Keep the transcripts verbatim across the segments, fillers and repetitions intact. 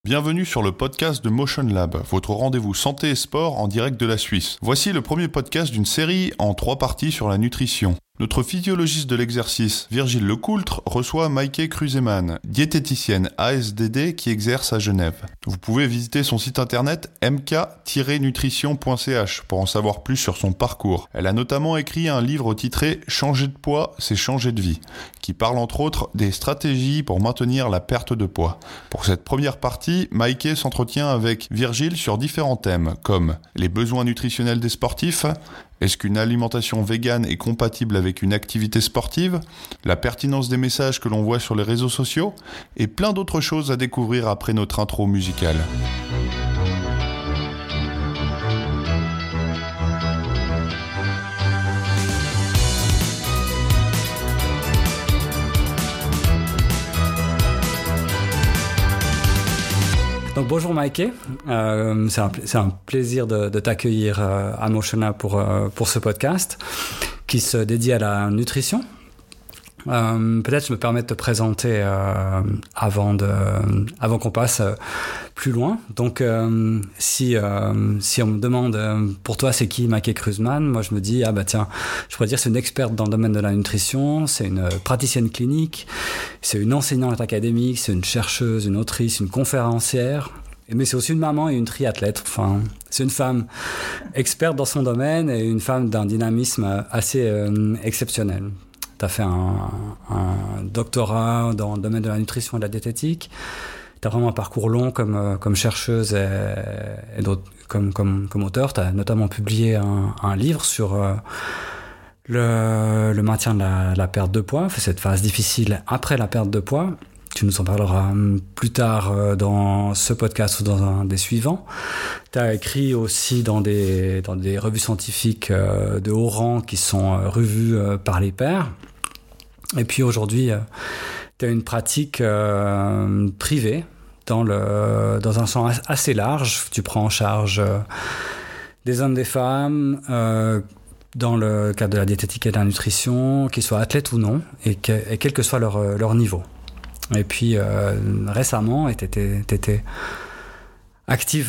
Bienvenue sur le podcast de Motion Lab, votre rendez-vous santé et sport en direct de la Suisse. Voici le premier podcast d'une série en trois parties sur la nutrition. Notre physiologiste de l'exercice, Virgile Lecoultre, reçoit Maike Kruseman, diététicienne A S D D qui exerce à Genève. Vous pouvez visiter son site internet m k tiret nutrition point c h pour en savoir plus sur son parcours. Elle a notamment écrit un livre titré « Changer de poids, c'est changer de vie », qui parle entre autres des stratégies pour maintenir la perte de poids. Pour cette première partie, Maike s'entretient avec Virgile sur différents thèmes comme les besoins nutritionnels des sportifs, est-ce qu'une alimentation végane est compatible avec une activité sportive, la pertinence des messages que l'on voit sur les réseaux sociaux, et plein d'autres choses à découvrir après notre intro musicale. Donc bonjour Maike, euh, c'est, un, c'est un plaisir de, de t'accueillir euh, à Motion Lab pour, euh, pour ce podcast qui se dédie à la nutrition. Euh, peut-être je me permets de te présenter euh, avant, de, avant qu'on passe euh, plus loin. Donc euh, si, euh, si on me demande euh, pour toi c'est qui Maike Kruseman, moi je me dis ah bah tiens, je pourrais dire c'est une experte dans le domaine de la nutrition, c'est une praticienne clinique, c'est une enseignante académique, c'est une chercheuse, une autrice, une conférencière. Mais c'est aussi une maman et une triathlète. Enfin, c'est une femme experte dans son domaine et une femme d'un dynamisme assez euh, exceptionnel. Tu as fait un, un doctorat dans le domaine de la nutrition et de la diététique. Tu as vraiment un parcours long comme, comme chercheuse et, et d'autres, comme, comme, comme auteur. Tu as notamment publié un, un livre sur euh, le, le maintien de la, la perte de poids, cette phase difficile après la perte de poids. Tu nous en parleras plus tard dans ce podcast ou dans un des suivants. Tu as écrit aussi dans des, dans des revues scientifiques de haut rang qui sont revues par les pairs. Et puis aujourd'hui, tu as une pratique euh, privée dans, le, dans un champ assez large. Tu prends en charge des hommes, des femmes, euh, dans le cadre de la diététique et de la nutrition, qu'ils soient athlètes ou non, et, que, et quel que soit leur, leur niveau. Et puis euh, récemment, tu étais active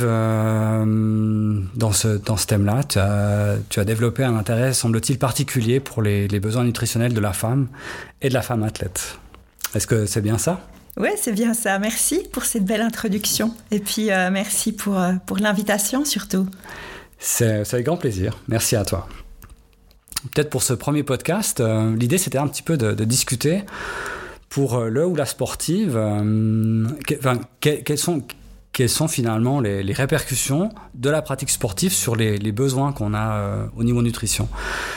euh, dans, ce, dans ce thème-là. Tu as, tu as développé un intérêt, semble-t-il, particulier pour les, les besoins nutritionnels de la femme et de la femme athlète. Est-ce que c'est bien ça ? Oui, c'est bien ça. Merci pour cette belle introduction. Et puis euh, merci pour, euh, pour l'invitation surtout. C'est, c'est avec grand plaisir. Merci à toi. Peut-être pour ce premier podcast, euh, l'idée c'était un petit peu de, de discuter pour le ou la sportive, euh, que, enfin, que, quelles, sont, quelles sont finalement les, les répercussions de la pratique sportive sur les, les besoins qu'on a euh, au niveau nutrition.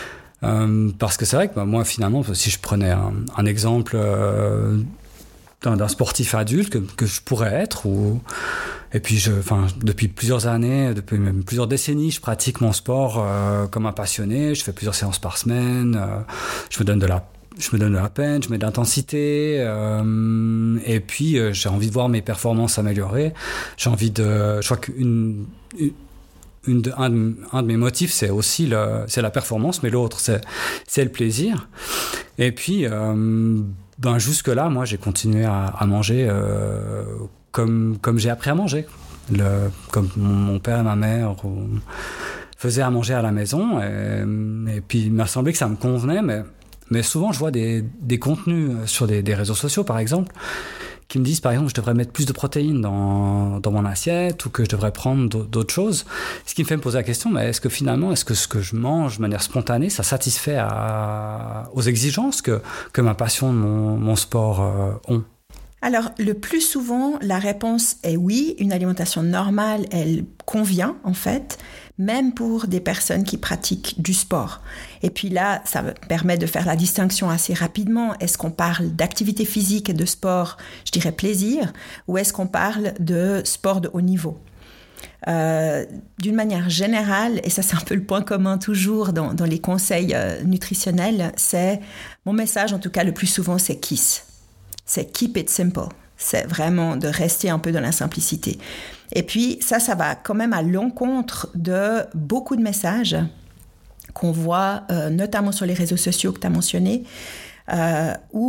Euh, parce que c'est vrai que bah, moi, finalement, si je prenais un, un exemple euh, d'un, d'un sportif adulte que, que je pourrais être, ou, et puis je, depuis plusieurs années, depuis même plusieurs décennies, je pratique mon sport euh, comme un passionné, je fais plusieurs séances par semaine, euh, je me donne de la Je me donne de la peine, je mets de l'intensité, euh, et puis euh, j'ai envie de voir mes performances s'améliorer. J'ai envie de, je crois qu'une, une, une de, un, de, un de mes motifs, c'est aussi le, c'est la performance, mais l'autre, c'est, c'est le plaisir. Et puis, euh, ben jusque là, moi, j'ai continué à, à manger euh, comme comme j'ai appris à manger, le, comme mon, mon père et ma mère ou, faisaient à manger à la maison. Et, et puis, il m'a semblé que ça me convenait, mais Mais souvent, je vois des, des contenus sur des, des réseaux sociaux, par exemple, qui me disent, par exemple, que je devrais mettre plus de protéines dans, dans mon assiette ou que je devrais prendre d'autres choses. Ce qui me fait me poser la question, mais est-ce que finalement, est-ce que ce que je mange de manière spontanée, ça satisfait à, aux exigences que, que ma passion de mon, mon sport euh, ont ? Alors, le plus souvent, la réponse est oui. Une alimentation normale, elle convient, en fait, même pour des personnes qui pratiquent du sport. Et puis là, ça me permet de faire la distinction assez rapidement. Est-ce qu'on parle d'activité physique et de sport, je dirais plaisir, ou est-ce qu'on parle de sport de haut niveau ? Euh, d'une manière générale, et ça c'est un peu le point commun toujours dans, dans les conseils euh, nutritionnels, c'est, mon message en tout cas le plus souvent, c'est KISS. C'est keep it simple. C'est vraiment de rester un peu dans la simplicité. Et puis ça, ça va quand même à l'encontre de beaucoup de messages qu'on voit, euh, notamment sur les réseaux sociaux que tu as mentionnés, euh, où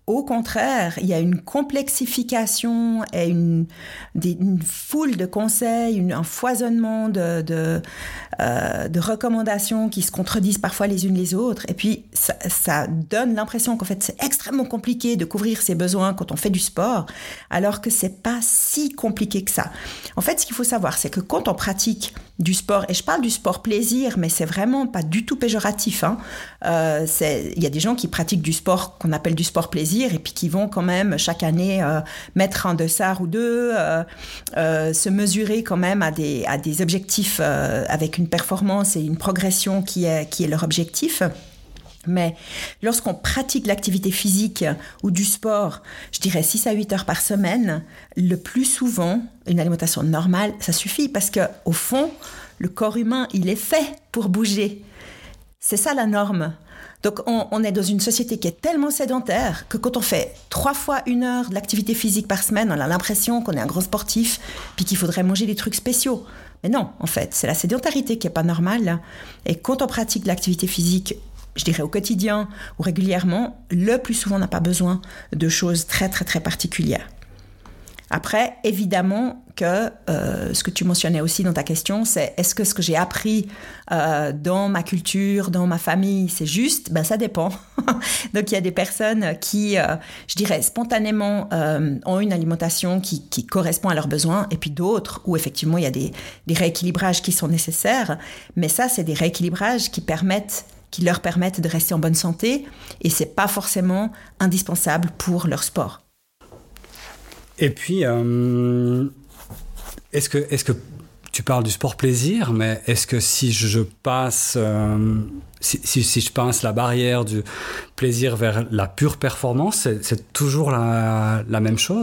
Au contraire, il y a une complexification et une, des, une foule de conseils, une, un foisonnement de, de, euh, de recommandations qui se contredisent parfois les unes les autres. Et puis, ça, ça donne l'impression qu'en fait, c'est extrêmement compliqué de couvrir ses besoins quand on fait du sport, alors que c'est pas si compliqué que ça. En fait, ce qu'il faut savoir, c'est que quand on pratique du sport, et je parle du sport plaisir, mais c'est vraiment pas du tout péjoratif, hein. Euh, c'est, il y a des gens qui pratiquent du sport qu'on appelle du sport plaisir et puis qui vont quand même chaque année euh, mettre un dossard ou deux, euh, euh, se mesurer quand même à des, à des objectifs euh, avec une performance et une progression qui est, qui est leur objectif. Mais lorsqu'on pratique l'activité physique ou du sport, je dirais six à huit heures par semaine, le plus souvent, une alimentation normale, ça suffit parce qu'au fond, le corps humain, il est fait pour bouger. C'est ça la norme. Donc on, on est dans une société qui est tellement sédentaire que quand on fait trois fois une heure de l'activité physique par semaine, on a l'impression qu'on est un grand sportif puis qu'il faudrait manger des trucs spéciaux. Mais non, en fait, c'est la sédentarité qui n'est pas normale. Et quand on pratique l'activité physique, je dirais au quotidien ou régulièrement, le plus souvent on n'a pas besoin de choses très très très particulières. Après, évidemment que euh, ce que tu mentionnais aussi dans ta question, c'est est-ce que ce que j'ai appris euh, dans ma culture, dans ma famille, c'est juste ? Ben ça dépend. Donc il y a des personnes qui, euh, je dirais, spontanément euh, ont une alimentation qui, qui correspond à leurs besoins, et puis d'autres où effectivement il y a des, des rééquilibrages qui sont nécessaires. Mais ça, c'est des rééquilibrages qui permettent qui leur permettent de rester en bonne santé, et c'est pas forcément indispensable pour leur sport. Et puis, euh, est-ce que, est-ce que tu parles du sport plaisir, mais est-ce que si je passe, euh, si, si, si je passe la barrière du plaisir vers la pure performance, c'est, c'est toujours la, la même chose ?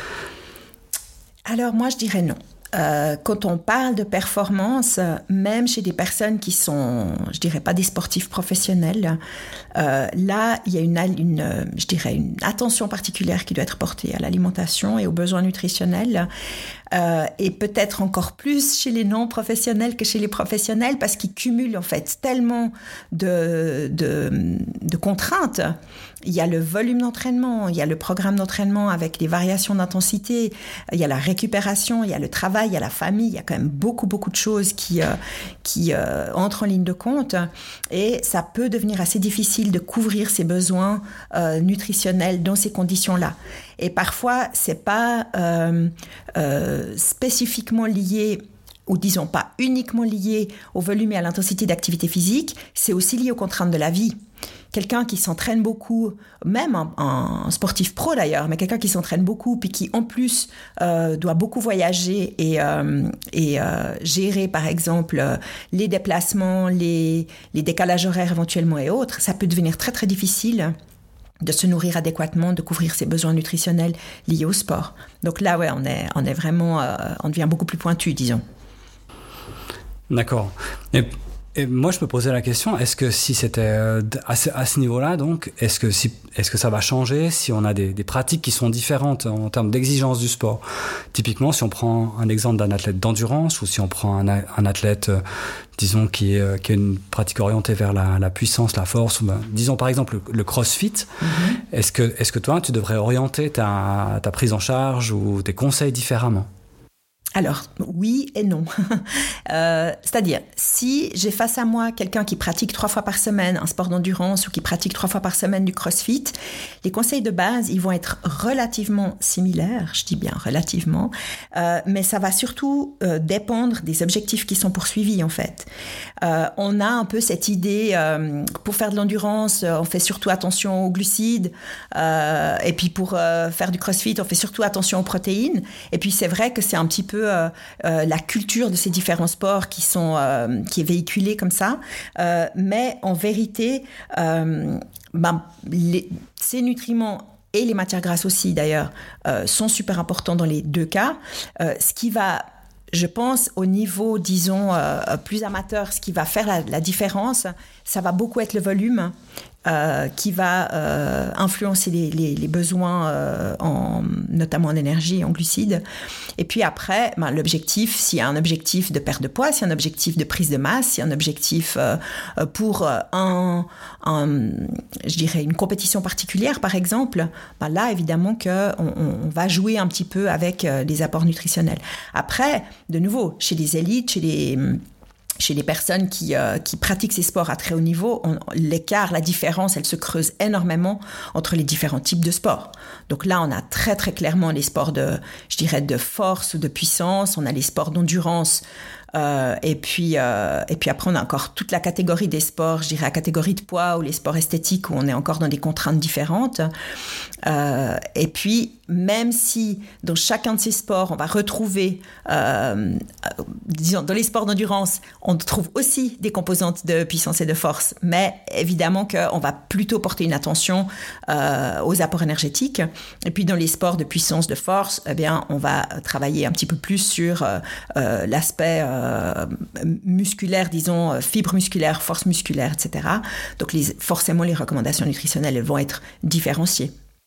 Alors moi, je dirais non. Euh, quand on parle de performance, même chez des personnes qui sont, je dirais pas des sportifs professionnels, euh, là, il y a une, une, je dirais une attention particulière qui doit être portée à l'alimentation et aux besoins nutritionnels. Euh, et peut-être encore plus chez les non-professionnels que chez les professionnels, parce qu'ils cumulent en fait tellement de, de, de contraintes. Il y a le volume d'entraînement, il y a le programme d'entraînement avec des variations d'intensité, il y a la récupération, il y a le travail, il y a la famille, il y a quand même beaucoup, beaucoup de choses qui, euh, qui euh, entrent en ligne de compte, et ça peut devenir assez difficile de couvrir ses besoins euh, nutritionnels dans ces conditions-là. Et parfois, c'est pas euh, euh, spécifiquement lié, ou disons pas uniquement lié au volume et à l'intensité d'activité physique, c'est aussi lié aux contraintes de la vie. Quelqu'un qui s'entraîne beaucoup, même un, un sportif pro d'ailleurs, mais quelqu'un qui s'entraîne beaucoup puis qui en plus euh, doit beaucoup voyager et, euh, et euh, gérer par exemple euh, les déplacements, les, les décalages horaires éventuellement et autres, ça peut devenir très très difficile de se nourrir adéquatement, de couvrir ses besoins nutritionnels liés au sport. Donc là, ouais, on est, on est vraiment, euh, on devient beaucoup plus pointu, disons. D'accord. Et, et moi, je me posais la question, est-ce que si c'était à ce, à ce niveau-là, donc, est-ce que, si, est-ce que ça va changer si on a des, des pratiques qui sont différentes en termes d'exigence du sport ? Typiquement, si on prend un exemple d'un athlète d'endurance ou si on prend un, un athlète, euh, disons, qui, est, qui a une pratique orientée vers la, la puissance, la force, ou ben, disons par exemple le, le crossfit, mm-hmm. est-ce que, est-ce que toi, tu devrais orienter ta, ta prise en charge ou tes conseils différemment ? Alors, oui et non. euh, c'est-à-dire, si j'ai face à moi quelqu'un qui pratique trois fois par semaine un sport d'endurance ou qui pratique trois fois par semaine du crossfit, les conseils de base, ils vont être relativement similaires, je dis bien relativement, euh, mais ça va surtout euh, dépendre des objectifs qui sont poursuivis, en fait. Euh, on a un peu cette idée, euh, pour faire de l'endurance, on fait surtout attention aux glucides, euh, et puis pour euh, faire du crossfit, on fait surtout attention aux protéines, et puis c'est vrai que c'est un petit peu Euh, euh, la culture de ces différents sports qui sont euh, qui est véhiculée comme ça, euh, mais en vérité, euh, ben, les, ces nutriments et les matières grasses aussi d'ailleurs euh, sont super importants dans les deux cas. Euh, ce qui va, je pense, au niveau, disons, euh, plus amateur, ce qui va faire la, la différence, ça va beaucoup être le volume euh, qui va euh, influencer les, les, les besoins, euh, en, notamment en énergie et en glucides. Et puis après, ben, l'objectif, s'il y a un objectif de perte de poids, s'il y a un objectif de prise de masse, s'il y a un objectif euh, pour un, un, je dirais une compétition particulière, par exemple, ben là, évidemment qu'on on va jouer un petit peu avec euh, les apports nutritionnels. Après, de nouveau, chez les élites, chez les... Chez les personnes qui, euh, qui pratiquent ces sports à très haut niveau, on, l'écart, la différence, elle se creuse énormément entre les différents types de sports. Donc là, on a très très clairement les sports de, je dirais, de force ou de puissance. On a les sports d'endurance. Euh, et puis euh, et puis après, on a encore toute la catégorie des sports, je dirais la catégorie de poids ou les sports esthétiques où on est encore dans des contraintes différentes. Euh, et puis, même si dans chacun de ces sports, on va retrouver, euh, disons, dans les sports d'endurance, on trouve aussi des composantes de puissance et de force, mais évidemment qu'on va plutôt porter une attention euh, aux apports énergétiques. Et puis, dans les sports de puissance, de force, eh bien, on va travailler un petit peu plus sur euh, euh, l'aspect euh, musculaire, disons, fibres musculaires, force musculaire, et cetera. Donc, les, forcément, les recommandations nutritionnelles elles vont être différenciées.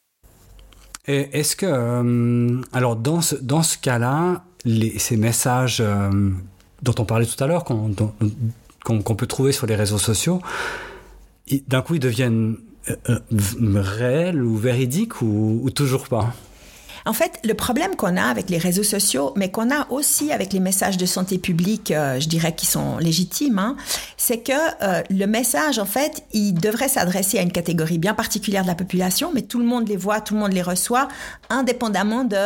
Et est-ce que, euh, alors dans ce, dans ce cas-là, les, ces messages euh, dont on parlait tout à l'heure, qu'on, dont, qu'on, qu'on peut trouver sur les réseaux sociaux, ils, d'un coup ils deviennent euh, euh, réels ou véridiques ou, ou toujours pas ? En fait, le problème qu'on a avec les réseaux sociaux, mais qu'on a aussi avec les messages de santé publique, euh, je dirais qui sont légitimes, hein, c'est que euh, le message, en fait, il devrait s'adresser à une catégorie bien particulière de la population, mais tout le monde les voit, tout le monde les reçoit, indépendamment de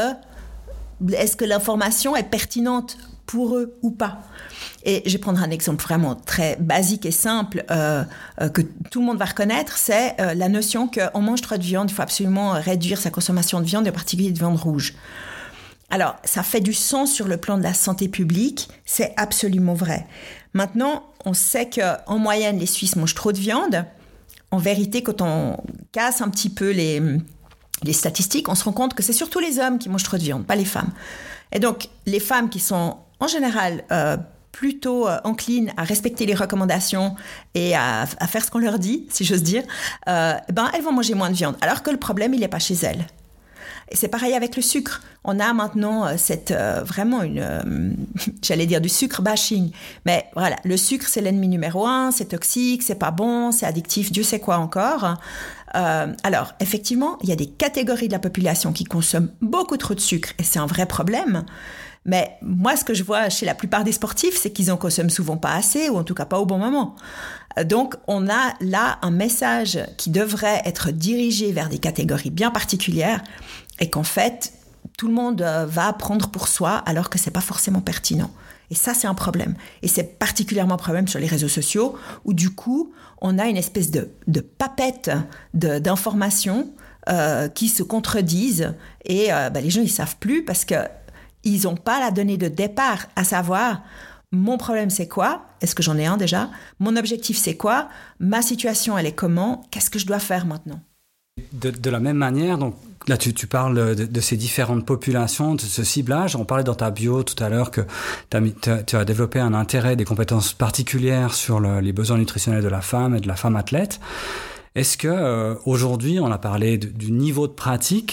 est-ce que l'information est pertinente pour eux ou pas. Et je vais prendre un exemple vraiment très basique et simple euh, euh, que tout le monde va reconnaître, c'est euh, la notion qu'on mange trop de viande, il faut absolument réduire sa consommation de viande, en particulier de viande rouge. Alors, ça fait du sens sur le plan de la santé publique, c'est absolument vrai. Maintenant, on sait qu'en moyenne, les Suisses mangent trop de viande. En vérité, quand on casse un petit peu les, les statistiques, on se rend compte que c'est surtout les hommes qui mangent trop de viande, pas les femmes. Et donc, les femmes qui sont en général euh, plutôt euh, enclines à respecter les recommandations et à, à faire ce qu'on leur dit, si j'ose dire, euh, ben, elles vont manger moins de viande, alors que le problème, il n'est pas chez elles. Et c'est pareil avec le sucre. On a maintenant euh, cette, euh, vraiment une, euh, j'allais dire du sucre bashing. Mais voilà, le sucre, c'est l'ennemi numéro un, c'est toxique, c'est pas bon, c'est addictif, Dieu sait quoi encore. Euh, alors, effectivement, il y a des catégories de la population qui consomment beaucoup trop de sucre et c'est un vrai problème. Mais moi, ce que je vois chez la plupart des sportifs, c'est qu'ils en consomment souvent pas assez ou en tout cas pas au bon moment. Donc, on a là un message qui devrait être dirigé vers des catégories bien particulières et qu'en fait, tout le monde va prendre pour soi alors que c'est pas forcément pertinent. Et ça, c'est un problème. Et c'est particulièrement un problème sur les réseaux sociaux où du coup, on a une espèce de, de papette de, d'informations euh, qui se contredisent et euh, ben, les gens, ils savent plus parce que ils n'ont pas la donnée de départ, à savoir, mon problème c'est quoi ? Est-ce que j'en ai un déjà ? Mon objectif c'est quoi ? Ma situation elle est comment ? Qu'est-ce que je dois faire maintenant ? De, de la même manière, donc là tu, tu parles de, de ces différentes populations, de ce ciblage. On parlait dans ta bio tout à l'heure que tu as développé un intérêt, des compétences particulières sur le, les besoins nutritionnels de la femme et de la femme athlète. Est-ce que euh, aujourd'hui, on a parlé de, du niveau de pratique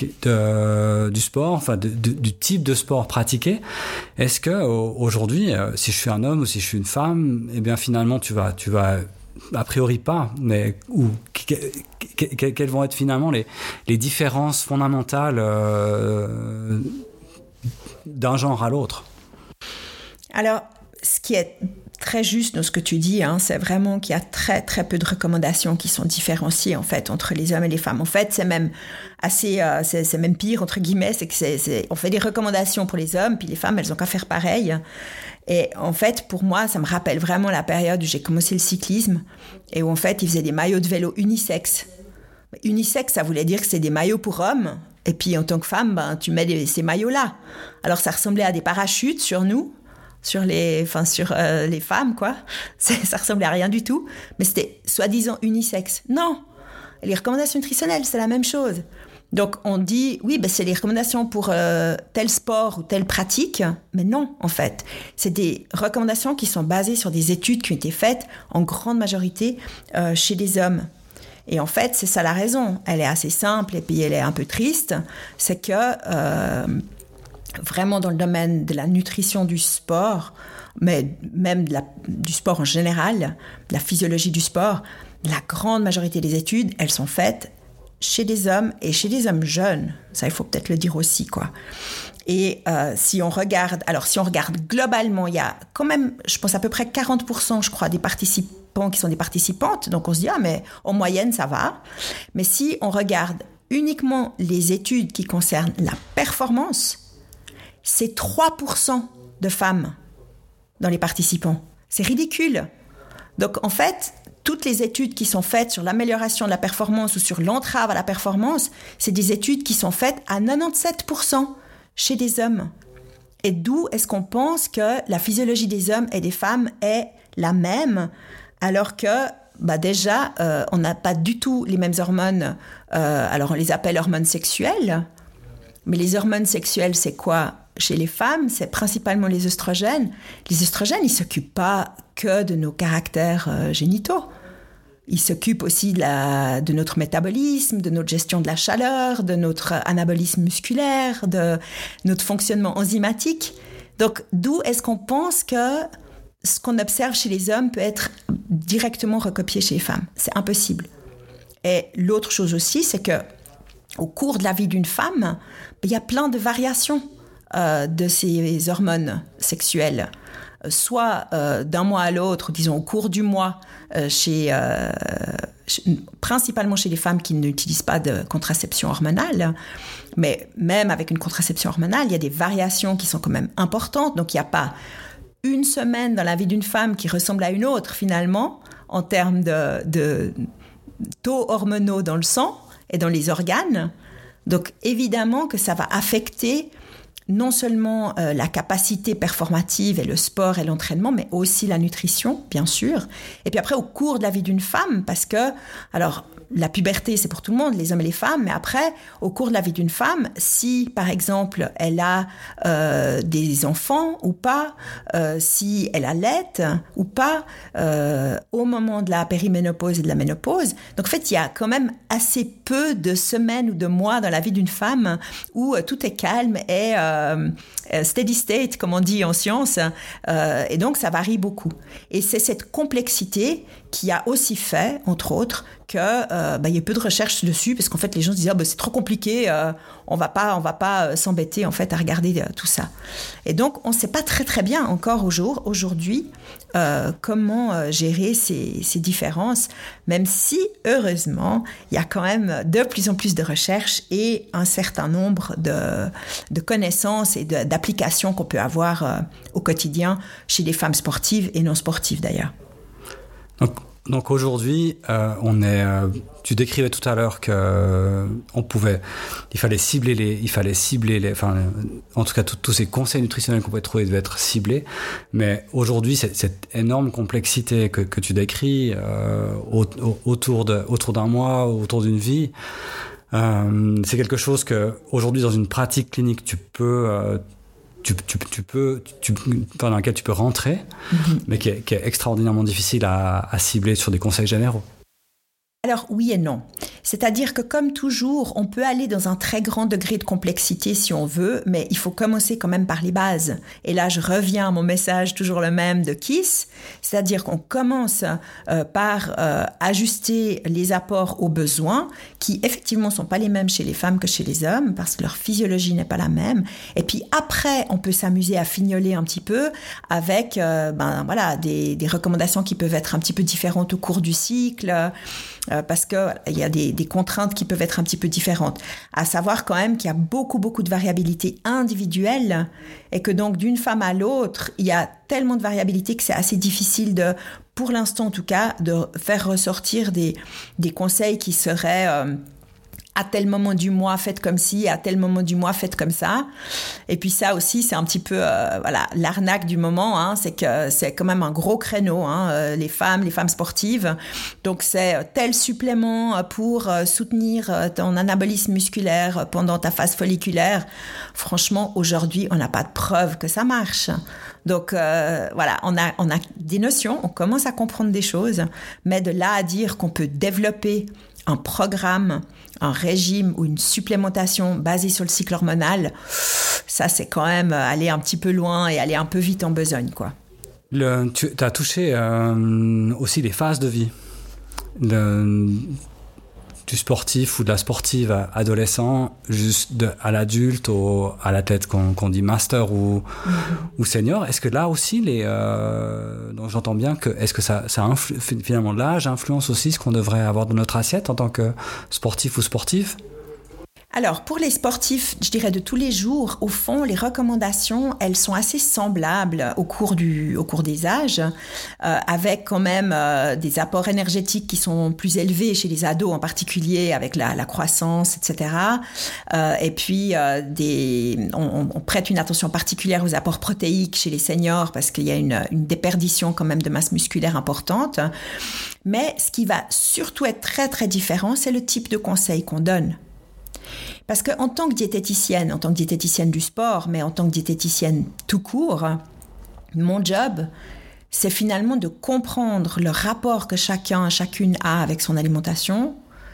de, du sport, enfin de, de, du type de sport pratiqué. Est-ce que euh, aujourd'hui, euh, si je suis un homme ou si je suis une femme, eh bien finalement tu vas, tu vas a priori pas, mais où que, que, que, quelles vont être finalement les, les différences fondamentales euh, d'un genre à l'autre ? Alors, ce qui est très juste dans ce que tu dis, hein, c'est vraiment qu'il y a très très peu de recommandations qui sont différenciées en fait entre les hommes et les femmes. En fait, c'est même assez, euh, c'est, c'est même pire entre guillemets, c'est que c'est, c'est, on fait des recommandations pour les hommes, puis les femmes elles ont qu'à faire pareil. Et en fait, pour moi, ça me rappelle vraiment la période où j'ai commencé le cyclisme et où en fait ils faisaient des maillots de vélo unisexes. Unisexe, ça voulait dire que c'est des maillots pour hommes. Et puis en tant que femme, ben tu mets des, ces maillots-là. Alors ça ressemblait à des parachutes sur nous. sur les, enfin sur euh, les femmes, quoi. C'est, ça ressemblait à rien du tout, mais c'était soi-disant unisexe. Non, les recommandations nutritionnelles, c'est la même chose. Donc on dit, oui, ben, c'est les recommandations pour euh, tel sport ou telle pratique, mais non, en fait. C'est des recommandations qui sont basées sur des études qui ont été faites en grande majorité euh, chez les hommes. Et en fait, c'est ça la raison. Elle est assez simple et puis elle est un peu triste. C'est que euh, vraiment dans le domaine de la nutrition du sport, mais même de la, du sport en général, de la physiologie du sport, la grande majorité des études, elles sont faites chez des hommes et chez des hommes jeunes. Ça, il faut peut-être le dire aussi, quoi. Et euh, si on regarde, alors si on regarde globalement, il y a quand même, je pense à peu près quarante pour cent, je crois, des participants qui sont des participantes. Donc on se dit, ah, mais en moyenne, ça va. Mais si on regarde uniquement les études qui concernent la performance, c'est trois pour cent de femmes dans les participants. C'est ridicule. Donc en fait, toutes les études qui sont faites sur l'amélioration de la performance ou sur l'entrave à la performance, c'est des études qui sont faites à quatre-vingt-dix-sept pour cent chez des hommes. Et d'où est-ce qu'on pense que la physiologie des hommes et des femmes est la même, alors que bah déjà, euh, on n'a pas du tout les mêmes hormones. Euh, alors on les appelle hormones sexuelles, mais les hormones sexuelles, c'est quoi ? Chez les femmes, c'est principalement les œstrogènes. Les œstrogènes, ils ne s'occupent pas que de nos caractères euh, génitaux. Ils s'occupent aussi de, la, de notre métabolisme, de notre gestion de la chaleur, de notre anabolisme musculaire, de notre fonctionnement enzymatique. Donc, d'où est-ce qu'on pense que ce qu'on observe chez les hommes peut être directement recopié chez les femmes ? C'est impossible. Et l'autre chose aussi, c'est que au cours de la vie d'une femme, il y a plein de variations euh, de ces hormones sexuelles. Soit euh, d'un mois à l'autre, disons au cours du mois, euh, chez, euh, chez, principalement chez les femmes qui n'utilisent pas de contraception hormonale. Mais même avec une contraception hormonale, il y a des variations qui sont quand même importantes. Donc il n'y a pas une semaine dans la vie d'une femme qui ressemble à une autre finalement, en termes de, de taux hormonaux dans le sang et dans les organes. Donc évidemment que ça va affecter non seulement euh, la capacité performative et le sport et l'entraînement, mais aussi la nutrition, bien sûr. Et puis après, au cours de la vie d'une femme, parce que, alors, la puberté, c'est pour tout le monde, les hommes et les femmes, mais après, au cours de la vie d'une femme, si, par exemple, elle a euh, des enfants ou pas, euh, si elle allait ou pas, euh, au moment de la périménopause et de la ménopause. Donc, en fait, il y a quand même assez peu de semaines ou de mois dans la vie d'une femme où euh, tout est calme et euh, steady state, comme on dit en science. Euh, et donc, ça varie beaucoup. Et c'est cette complexité qui a aussi fait, entre autres, qu'il euh, bah, y a peu de recherches dessus, parce qu'en fait, les gens se disent ah, bah, c'est trop compliqué, euh, on va pas, on va pas euh, s'embêter en fait, à regarder euh, tout ça. Et donc, on ne sait pas très très bien encore au jour, aujourd'hui euh, comment euh, gérer ces, ces différences, même si, heureusement, il y a quand même de plus en plus de recherches et un certain nombre de, de connaissances et de, d'applications qu'on peut avoir euh, au quotidien chez les femmes sportives et non sportives d'ailleurs. Donc, donc aujourd'hui, euh, on est. Euh, tu décrivais tout à l'heure que euh, on pouvait, il fallait cibler les, il fallait cibler les, enfin, en tout cas tous ces conseils nutritionnels qu'on pouvait trouver devaient être ciblés. Mais aujourd'hui, cette, cette énorme complexité que, que tu décris euh, au, au, autour de, autour d'un mois, autour d'une vie, euh, c'est quelque chose que aujourd'hui dans une pratique clinique, tu peux euh, Tu, tu, tu peux, tu, dans lequel tu peux rentrer, mm-hmm. mais qui est, qui est extraordinairement difficile à, à cibler sur des conseils généraux. Alors oui et non. C'est-à-dire que comme toujours, on peut aller dans un très grand degré de complexité si on veut, mais il faut commencer quand même par les bases. Et là, je reviens à mon message toujours le même de Kiss, c'est-à-dire qu'on commence euh, par euh, ajuster les apports aux besoins, qui effectivement ne sont pas les mêmes chez les femmes que chez les hommes, parce que leur physiologie n'est pas la même. Et puis après, on peut s'amuser à fignoler un petit peu avec euh, ben, voilà, des, des recommandations qui peuvent être un petit peu différentes au cours du cycle, euh, parce qu'il y a des, des contraintes qui peuvent être un petit peu différentes. À savoir quand même qu'il y a beaucoup, beaucoup de variabilité individuelle et que donc d'une femme à l'autre, il y a tellement de variabilité que c'est assez difficile de, pour l'instant en tout cas, de faire ressortir des, des conseils qui seraient... Euh, à tel moment du mois, faites comme ci, à tel moment du mois, faites comme ça. Et puis ça aussi, c'est un petit peu euh, voilà, l'arnaque du moment, hein, c'est que c'est quand même un gros créneau, hein, euh, les femmes, les femmes sportives. Donc c'est tel supplément pour euh, soutenir euh, ton anabolisme musculaire pendant ta phase folliculaire. Franchement, aujourd'hui, on n'a pas de preuve que ça marche. Donc euh, voilà, on a, on a des notions, on commence à comprendre des choses, mais de là à dire qu'on peut développer un programme, un régime ou une supplémentation basée sur le cycle hormonal, ça c'est quand même aller un petit peu loin et aller un peu vite en besogne, quoi. Le, tu as touché euh, aussi les phases de vie. Le, du sportif ou de la sportive adolescent juste de, à l'adulte au, à l'athlète qu'on, qu'on dit master ou, mm-hmm. ou senior. Est-ce que là aussi, les, euh, donc j'entends bien que est-ce que ça, ça influ, finalement l'âge influence aussi ce qu'on devrait avoir dans notre assiette en tant que sportif ou sportive? Alors, pour les sportifs, je dirais de tous les jours, au fond, les recommandations, elles sont assez semblables au cours, du, au cours des âges, euh, avec quand même euh, des apports énergétiques qui sont plus élevés chez les ados en particulier, avec la, la croissance, et cetera. Euh, et puis, euh, des, on, on prête une attention particulière aux apports protéiques chez les seniors parce qu'il y a une, une déperdition quand même de masse musculaire importante. Mais ce qui va surtout être très, très différent, c'est le type de conseils qu'on donne. Parce qu'en tant que diététicienne, en tant que diététicienne du sport, mais en tant que diététicienne tout court, mon job, c'est finalement de comprendre le rapport que chacun, chacune a avec son alimentation,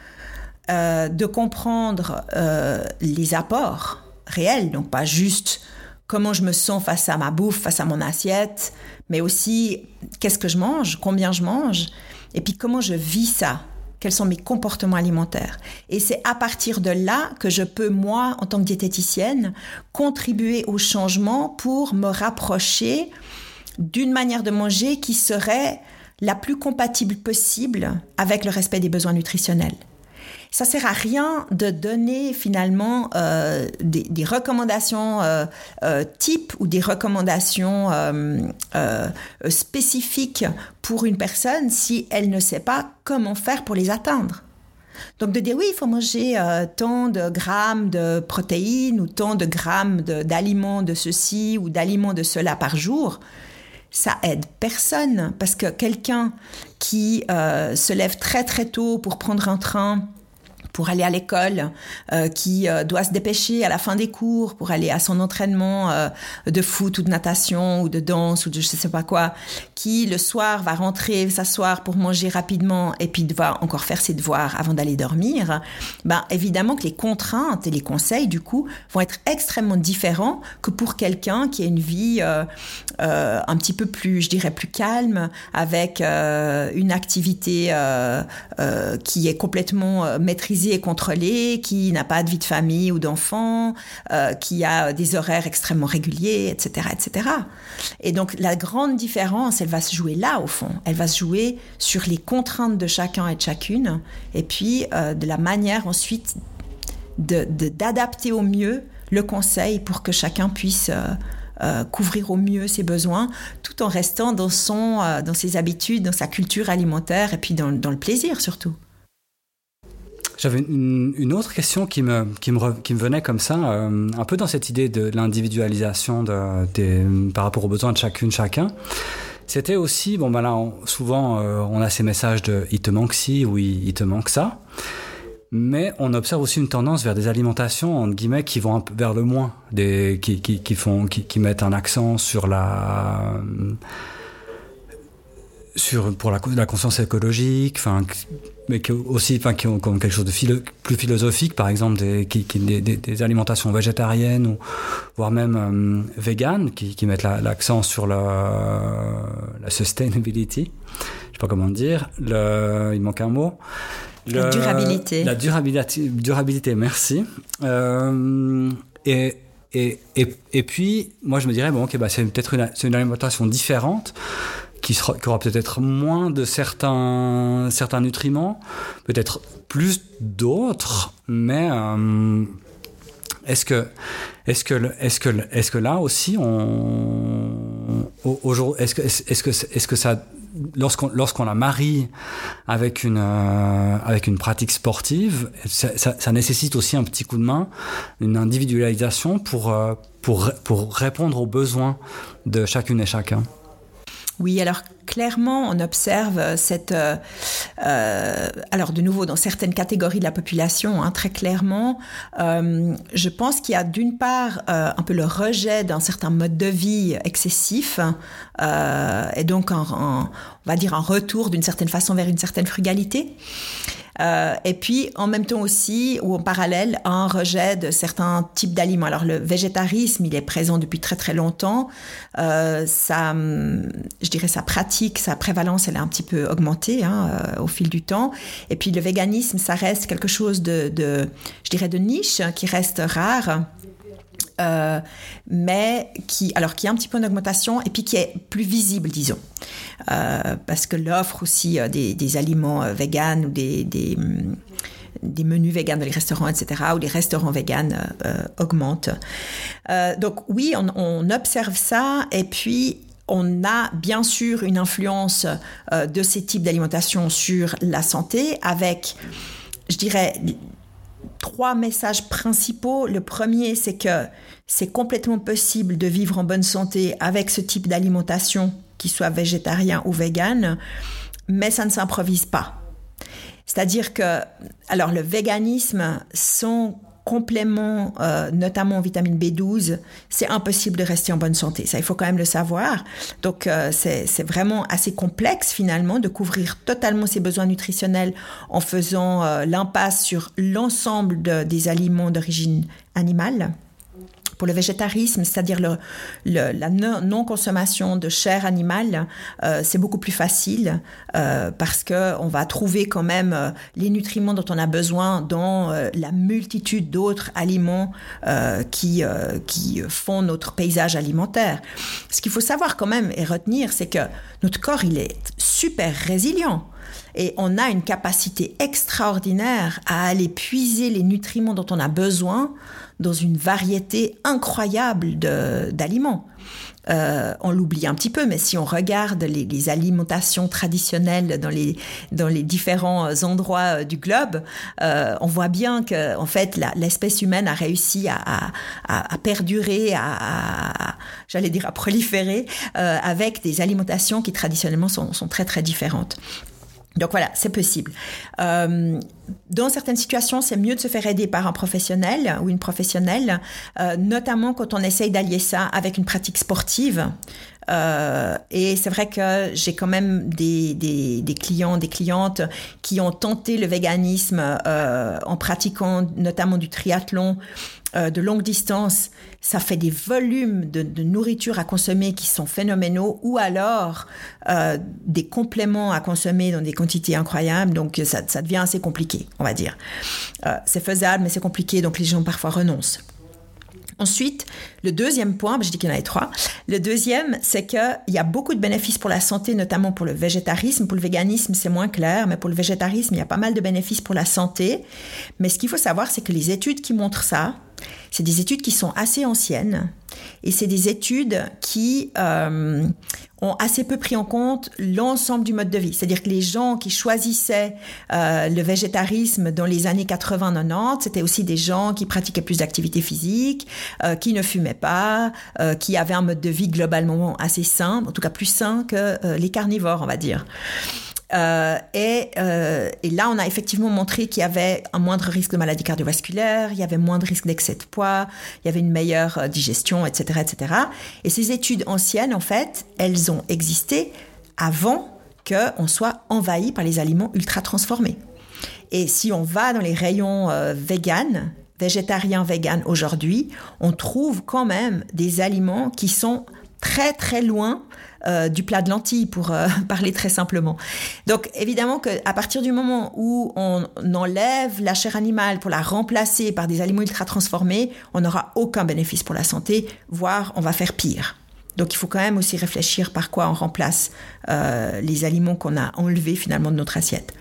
euh, de comprendre euh, les apports réels, donc pas juste comment je me sens face à ma bouffe, face à mon assiette, mais aussi qu'est-ce que je mange, combien je mange, et puis comment je vis ça. Quels sont mes comportements alimentaires. Et c'est à partir de là que je peux, moi, en tant que diététicienne, contribuer au changement pour me rapprocher d'une manière de manger qui serait la plus compatible possible avec le respect des besoins nutritionnels. Ça ne sert à rien de donner finalement euh, des, des recommandations euh, euh, types ou des recommandations euh, euh, spécifiques pour une personne si elle ne sait pas comment faire pour les atteindre. Donc de dire oui, il faut manger euh, tant de grammes de protéines ou tant de grammes de, d'aliments de ceci ou d'aliments de cela par jour, ça aide personne parce que quelqu'un qui euh, se lève très très tôt pour prendre un train pour aller à l'école, euh, qui euh, doit se dépêcher à la fin des cours pour aller à son entraînement euh, de foot ou de natation ou de danse ou de je sais pas quoi, qui le soir va rentrer s'asseoir pour manger rapidement et puis va encore faire ses devoirs avant d'aller dormir, ben évidemment que les contraintes et les conseils du coup vont être extrêmement différents que pour quelqu'un qui a une vie euh, euh, un petit peu plus, je dirais plus calme, avec euh, une activité euh, euh, qui est complètement euh, maîtrisée et contrôlé, qui n'a pas de vie de famille ou d'enfants, euh, qui a des horaires extrêmement réguliers, et cetera, et cetera. Et donc, la grande différence, elle va se jouer là, au fond. Elle va se jouer sur les contraintes de chacun et de chacune, et puis euh, de la manière ensuite de, de, d'adapter au mieux le conseil pour que chacun puisse euh, euh, couvrir au mieux ses besoins, tout en restant dans, son, euh, dans ses habitudes, dans sa culture alimentaire, et puis dans, dans le plaisir surtout. J'avais une, une autre question qui me, qui me, qui me venait comme ça, euh, un peu dans cette idée de l'individualisation de, des, par rapport aux besoins de chacune, chacun. C'était aussi, bon ben là, on, souvent euh, on a ces messages de « il te manque ci » ou « il te manque ça », mais on observe aussi une tendance vers des alimentations, entre guillemets, qui vont un peu vers le moins, des, qui, qui, qui, font, qui, qui mettent un accent sur la... sur pour la, la conscience écologique, enfin, mais qui aussi, enfin, qui ont, qui ont quelque chose de philo, plus philosophique, par exemple des, qui, qui, des, des, des alimentations végétariennes ou voire même euh, véganes, qui, qui mettent la, l'accent sur le, la sustainability. Je sais pas comment dire. Le, il manque un mot. Le, la durabilité. La durabilité. Durabilité. Merci. Euh, et et et et puis moi je me dirais bon ok bah c'est peut-être une, c'est une alimentation différente. Qui, sera, qui aura peut-être moins de certains, certains nutriments, peut-être plus d'autres, mais euh, est-ce que, est-ce que, est-ce que, est-ce que là aussi, on, aujourd'hui, est-ce que, est-ce que, est-ce que ça, lorsqu'on, lorsqu'on la marie avec une, euh, avec une pratique sportive, ça, ça, ça nécessite aussi un petit coup de main, une individualisation pour, euh, pour, pour répondre aux besoins de chacune et chacun. Oui, alors clairement, on observe cette... Euh, euh, alors de nouveau, dans certaines catégories de la population, hein, très clairement, euh, je pense qu'il y a d'une part euh, un peu le rejet d'un certain mode de vie excessif, euh, et donc un, un, on va dire un retour d'une certaine façon vers une certaine frugalité. Euh, et puis, en même temps aussi, ou en parallèle, un rejet de certains types d'aliments. Alors, le végétarisme, il est présent depuis très, très longtemps. Euh, ça, je dirais, sa pratique, sa prévalence, elle a un petit peu augmenté hein, euh, au fil du temps. Et puis, le véganisme, ça reste quelque chose de, de je dirais, de niche, hein, qui reste rare. Euh, mais qui, alors, qui a un petit peu en augmentation et puis qui est plus visible, disons. Euh, parce que l'offre aussi euh, des, des aliments euh, véganes ou des, des, des menus véganes dans les restaurants, et cetera, ou les restaurants véganes euh, augmente. Euh, donc oui, on, on observe ça et puis on a bien sûr une influence euh, de ces types d'alimentation sur la santé avec, je dirais, trois messages principaux. Le premier, c'est que c'est complètement possible de vivre en bonne santé avec ce type d'alimentation, qu'il soit végétarien ou vegan, mais ça ne s'improvise pas. C'est-à-dire que, alors le véganisme, son complément, euh, notamment en vitamine B douze, c'est impossible de rester en bonne santé. Ça, il faut quand même le savoir. Donc, euh, c'est, c'est vraiment assez complexe, finalement, de couvrir totalement ses besoins nutritionnels en faisant euh, l'impasse sur l'ensemble de, des aliments d'origine animale. Pour le végétarisme, c'est-à-dire le, le, la non-consommation de chair animale, euh, c'est beaucoup plus facile euh, parce qu'on va trouver quand même euh, les nutriments dont on a besoin dans euh, la multitude d'autres aliments euh, qui, euh, qui font notre paysage alimentaire. Ce qu'il faut savoir quand même et retenir, c'est que notre corps, il est super résilient. Et on a une capacité extraordinaire à aller puiser les nutriments dont on a besoin dans une variété incroyable de, d'aliments. Euh, on l'oublie un petit peu, mais si on regarde les, les alimentations traditionnelles dans les, dans les différents endroits du globe, euh, on voit bien que, en fait, la, l'espèce humaine a réussi à, à, à perdurer, à, à, j'allais dire à proliférer, euh, avec des alimentations qui traditionnellement sont, sont très très différentes. Donc voilà, c'est possible. Euh, dans certaines situations, c'est mieux de se faire aider par un professionnel ou une professionnelle, euh, notamment quand on essaye d'allier ça avec une pratique sportive. Euh, et c'est vrai que j'ai quand même des, des, des clients, des clientes qui ont tenté le véganisme euh, en pratiquant notamment du triathlon euh, de longue distance. Ça fait des volumes de, de nourriture à consommer qui sont phénoménaux, ou alors euh, des compléments à consommer dans des quantités incroyables. Donc ça, ça devient assez compliqué, on va dire. Euh, c'est faisable, mais c'est compliqué, donc les gens parfois renoncent. Ensuite, le deuxième point, je dis qu'il y en avait trois, le deuxième, c'est qu'il y a beaucoup de bénéfices pour la santé, notamment pour le végétarisme. Pour le véganisme, c'est moins clair, mais pour le végétarisme, il y a pas mal de bénéfices pour la santé. Mais ce qu'il faut savoir, c'est que les études qui montrent ça, c'est des études qui sont assez anciennes et c'est des études qui euh, ont assez peu pris en compte l'ensemble du mode de vie. C'est-à-dire que les gens qui choisissaient euh, le végétarisme dans les années quatre-vingts quatre-vingt-dix, c'était aussi des gens qui pratiquaient plus d'activité physique, euh, qui ne fumaient pas, euh, qui avaient un mode de vie globalement assez sain, en tout cas plus sain que euh, les carnivores, on va dire. Euh, et, euh, et là, on a effectivement montré qu'il y avait un moindre risque de maladie cardiovasculaire, il y avait moins de risque d'excès de poids, il y avait une meilleure euh, digestion, et cetera, et cetera. Et ces études anciennes, en fait, elles ont existé avant qu'on soit envahi par les aliments ultra transformés. Et si on va dans les rayons euh, véganes, végétariens, véganes aujourd'hui, on trouve quand même des aliments qui sont très très loin euh, du plat de lentilles, pour euh, parler très simplement. Donc évidemment qu'à partir du moment où on enlève la chair animale pour la remplacer par des aliments ultra transformés, on n'aura aucun bénéfice pour la santé, voire on va faire pire. Donc il faut quand même aussi réfléchir par quoi on remplace euh, les aliments qu'on a enlevés finalement de notre assiette.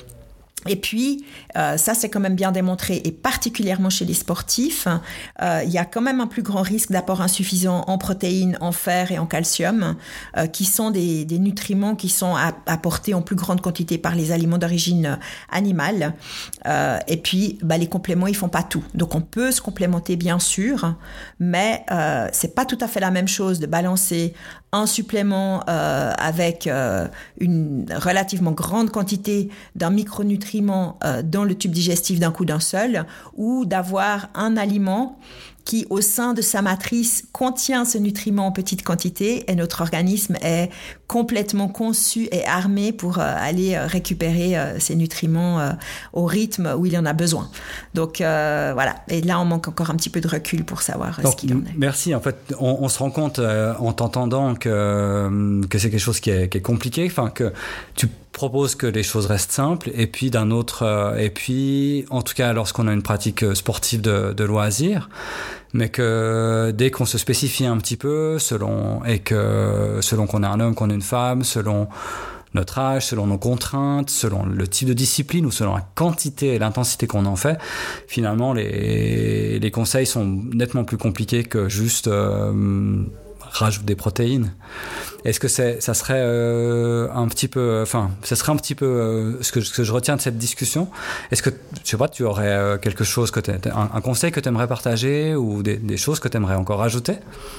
Et puis, euh, ça c'est quand même bien démontré, et particulièrement chez les sportifs, euh, il y a quand même un plus grand risque d'apport insuffisant en protéines, en fer et en calcium, euh, qui sont des, des nutriments qui sont à, apportés en plus grande quantité par les aliments d'origine animale. Euh, et puis, bah, les compléments, ils font pas tout. Donc, on peut se complémenter bien sûr, mais euh, c'est pas tout à fait la même chose de balancer un supplément euh, avec euh, une relativement grande quantité d'un micronutriment nutriments euh, dans le tube digestif d'un coup d'un seul, ou d'avoir un aliment qui, au sein de sa matrice, contient ce nutriment en petite quantité et notre organisme est complètement conçu et armé pour euh, aller euh, récupérer euh, ces nutriments euh, au rythme où il en a besoin. Donc euh, voilà, et là on manque encore un petit peu de recul pour savoir euh, Donc, ce qu'il en est. Merci, en fait on, on se rend compte euh, en t'entendant que, euh, que c'est quelque chose qui est, qui est compliqué, enfin que tu propose que les choses restent simples, et puis d'un autre euh, et puis en tout cas lorsqu'on a une pratique sportive de, de loisirs, mais que dès qu'on se spécifie un petit peu selon et que selon qu'on est un homme, qu'on est une femme, selon notre âge, selon nos contraintes, selon le type de discipline ou selon la quantité et l'intensité qu'on en fait, finalement les les conseils sont nettement plus compliqués que juste euh, rajoute des protéines. Est-ce que c'est, ça serait euh, un petit peu, enfin, ça serait un petit peu euh, ce, que, ce que je retiens de cette discussion. Est-ce que, je sais pas, tu aurais euh, quelque chose que un, un conseil que tu aimerais partager ou des, des choses que tu aimerais encore ajouter?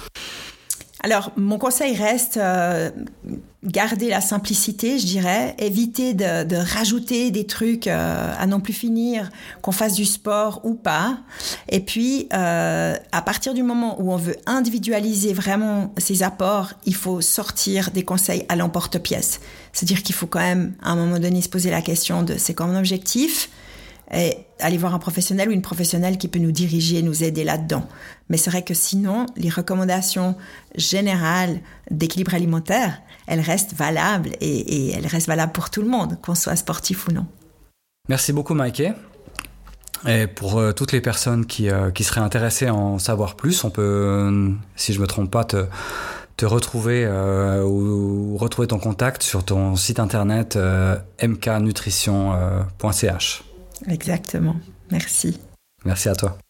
Alors, mon conseil reste euh, garder la simplicité, je dirais, éviter de, de rajouter des trucs euh, à non plus finir, qu'on fasse du sport ou pas. Et puis, euh, à partir du moment où on veut individualiser vraiment ses apports, il faut sortir des conseils à l'emporte-pièce. C'est-à-dire qu'il faut quand même, à un moment donné, se poser la question de c'est quoi mon objectif ? Et aller voir un professionnel ou une professionnelle qui peut nous diriger, nous aider là-dedans. Mais c'est vrai que sinon, les recommandations générales d'équilibre alimentaire, elles restent valables et, et elles restent valables pour tout le monde, qu'on soit sportif ou non. Merci beaucoup, Maïké. Et pour euh, toutes les personnes qui, euh, qui seraient intéressées à en savoir plus, on peut, euh, si je me trompe pas, te, te retrouver euh, ou retrouver ton contact sur ton site internet euh, m k nutrition point c h. Exactement. Merci. Merci à toi.